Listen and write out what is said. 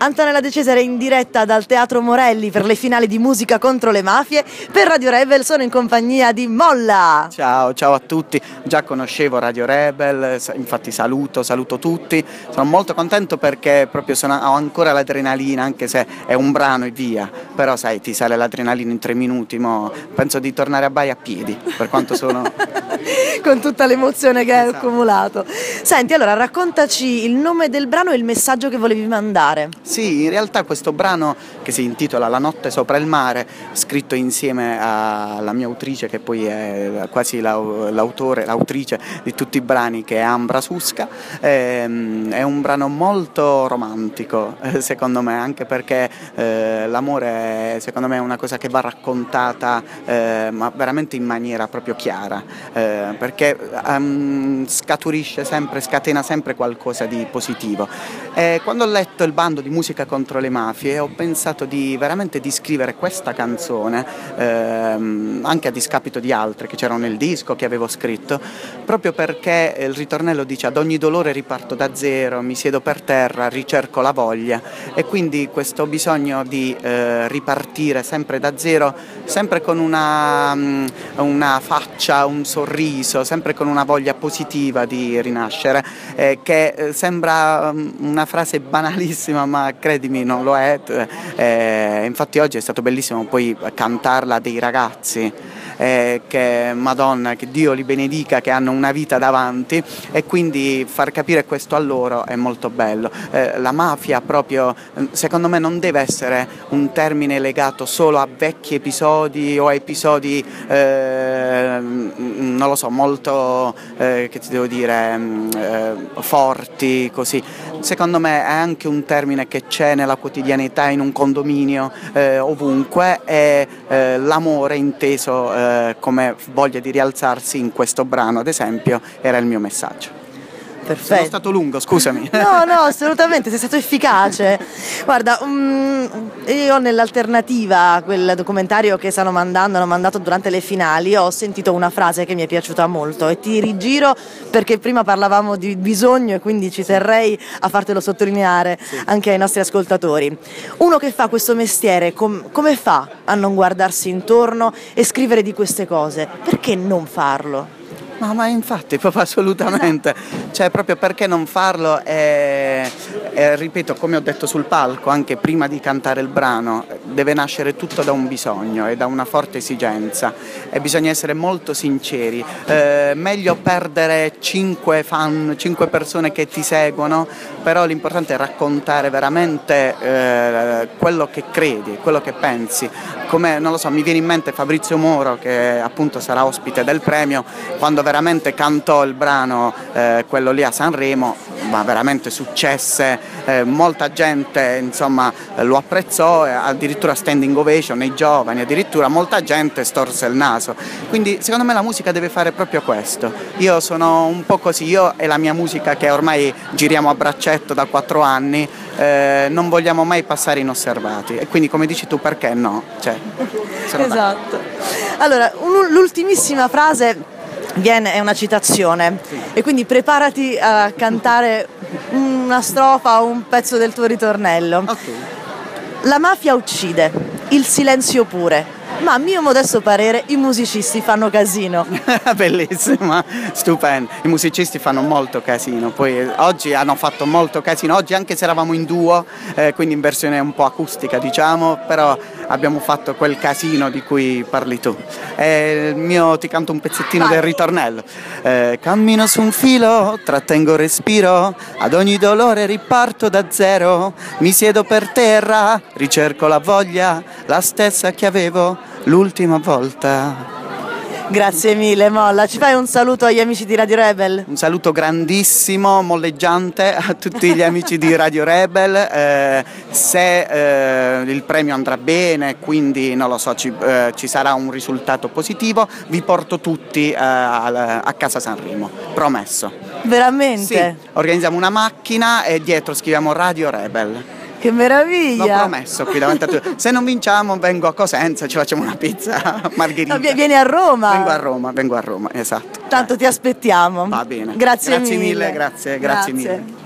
Antonella De Cesare in diretta dal Teatro Morelli per le finali di Musica contro le mafie. Per Radio Rebel sono in compagnia di Molla. Ciao a tutti, già conoscevo Radio Rebel, infatti saluto tutti, sono molto contento perché proprio ho ancora l'adrenalina, anche se è un brano e via, però sai, ti sale l'adrenalina in 3 minuti, penso di tornare a Bari a piedi, per quanto sono... Con tutta l'emozione che hai accumulato. Senti, allora raccontaci il nome del brano e il messaggio che volevi mandare. Sì, in realtà questo brano, che si intitola La notte sopra il mare, scritto insieme alla mia autrice, che poi è quasi l'autrice di tutti i brani, che è Ambra Susca, è un brano molto romantico, secondo me, anche perché l'amore secondo me è una cosa che va raccontata ma veramente in maniera proprio chiara, perché scatena sempre qualcosa di positivo. Quando ho letto il bando di Musica contro le mafie ho pensato veramente di scrivere questa canzone, anche a discapito di altre che c'erano nel disco, che avevo scritto, proprio perché il ritornello dice: ad ogni dolore riparto da zero, mi siedo per terra, ricerco la voglia, e quindi questo bisogno di ripartire sempre da zero, sempre con una faccia, un sorriso, sempre con una voglia positiva di rinascere, che sembra una frase banalissima, ma credimi non lo è. Infatti oggi è stato bellissimo poi cantarla a dei ragazzi, che Madonna, che Dio li benedica, che hanno una vita davanti, e quindi far capire questo a loro è molto bello. La mafia proprio, secondo me, non deve essere un termine legato solo a vecchi episodi o a episodi non lo so, molto che ti devo dire, forti così. Secondo me è anche un termine che c'è nella quotidianità, in un condominio, ovunque, e l'amore inteso come voglia di rialzarsi in questo brano, ad esempio, era il mio messaggio. Perfetto. Sono stato lungo, scusami. No, assolutamente, sei stato efficace. Guarda, io nell'alternativa a quel documentario che hanno mandato durante le finali, ho sentito una frase che mi è piaciuta molto e ti rigiro perché prima parlavamo di bisogno e quindi ci terrei a fartelo sottolineare anche ai nostri ascoltatori. Uno che fa questo mestiere, come fa a non guardarsi intorno e scrivere di queste cose? Perché non farlo? Ma infatti, proprio assolutamente, cioè proprio perché non farlo, ripeto, come ho detto sul palco, anche prima di cantare il brano, deve nascere tutto da un bisogno e da una forte esigenza, e bisogna essere molto sinceri. Meglio perdere 5 fan, 5 persone che ti seguono, però l'importante è raccontare veramente quello che credi, quello che pensi. Come, non lo so, mi viene in mente Fabrizio Moro, che appunto sarà ospite del premio, quando veramente cantò il brano, quello lì a Sanremo, ma veramente successe, molta gente insomma lo apprezzò, addirittura standing ovation nei giovani, addirittura molta gente storse il naso. Quindi secondo me la musica deve fare proprio questo. Io sono un po' così, io e la mia musica, che ormai giriamo a braccetto da 4 anni, non vogliamo mai passare inosservati, e quindi, come dici tu, perché no? Cioè, esatto. Allora, l'ultimissima frase è una citazione, e quindi preparati a cantare una strofa o un pezzo del tuo ritornello. Okay. La mafia uccide, il silenzio pure, ma a mio modesto parere i musicisti fanno casino. Bellissima, stupendo. I musicisti fanno molto casino, poi oggi hanno fatto molto casino, oggi anche se eravamo in duo, quindi in versione un po' acustica diciamo, però abbiamo fatto quel casino di cui parli tu. Ti canto un pezzettino del ritornello. Cammino su un filo, trattengo il respiro, ad ogni dolore riparto da zero, mi siedo per terra, ricerco la voglia, la stessa che avevo l'ultima volta. Grazie mille Molla, ci fai un saluto agli amici di Radio Rebel? Un saluto grandissimo, molleggiante a tutti gli amici di Radio Rebel. Se il premio andrà bene, quindi non lo so, ci sarà un risultato positivo, vi porto tutti a casa Sanremo, promesso. Veramente? Sì, organizziamo una macchina e dietro scriviamo Radio Rebel. Che meraviglia! L'ho promesso qui davanti a tutti. Se non vinciamo vengo a Cosenza, ci facciamo una pizza margherita. Vieni a Roma? Vengo a Roma, esatto. Tanto ti aspettiamo. Va bene. Grazie mille. Grazie mille, grazie mille.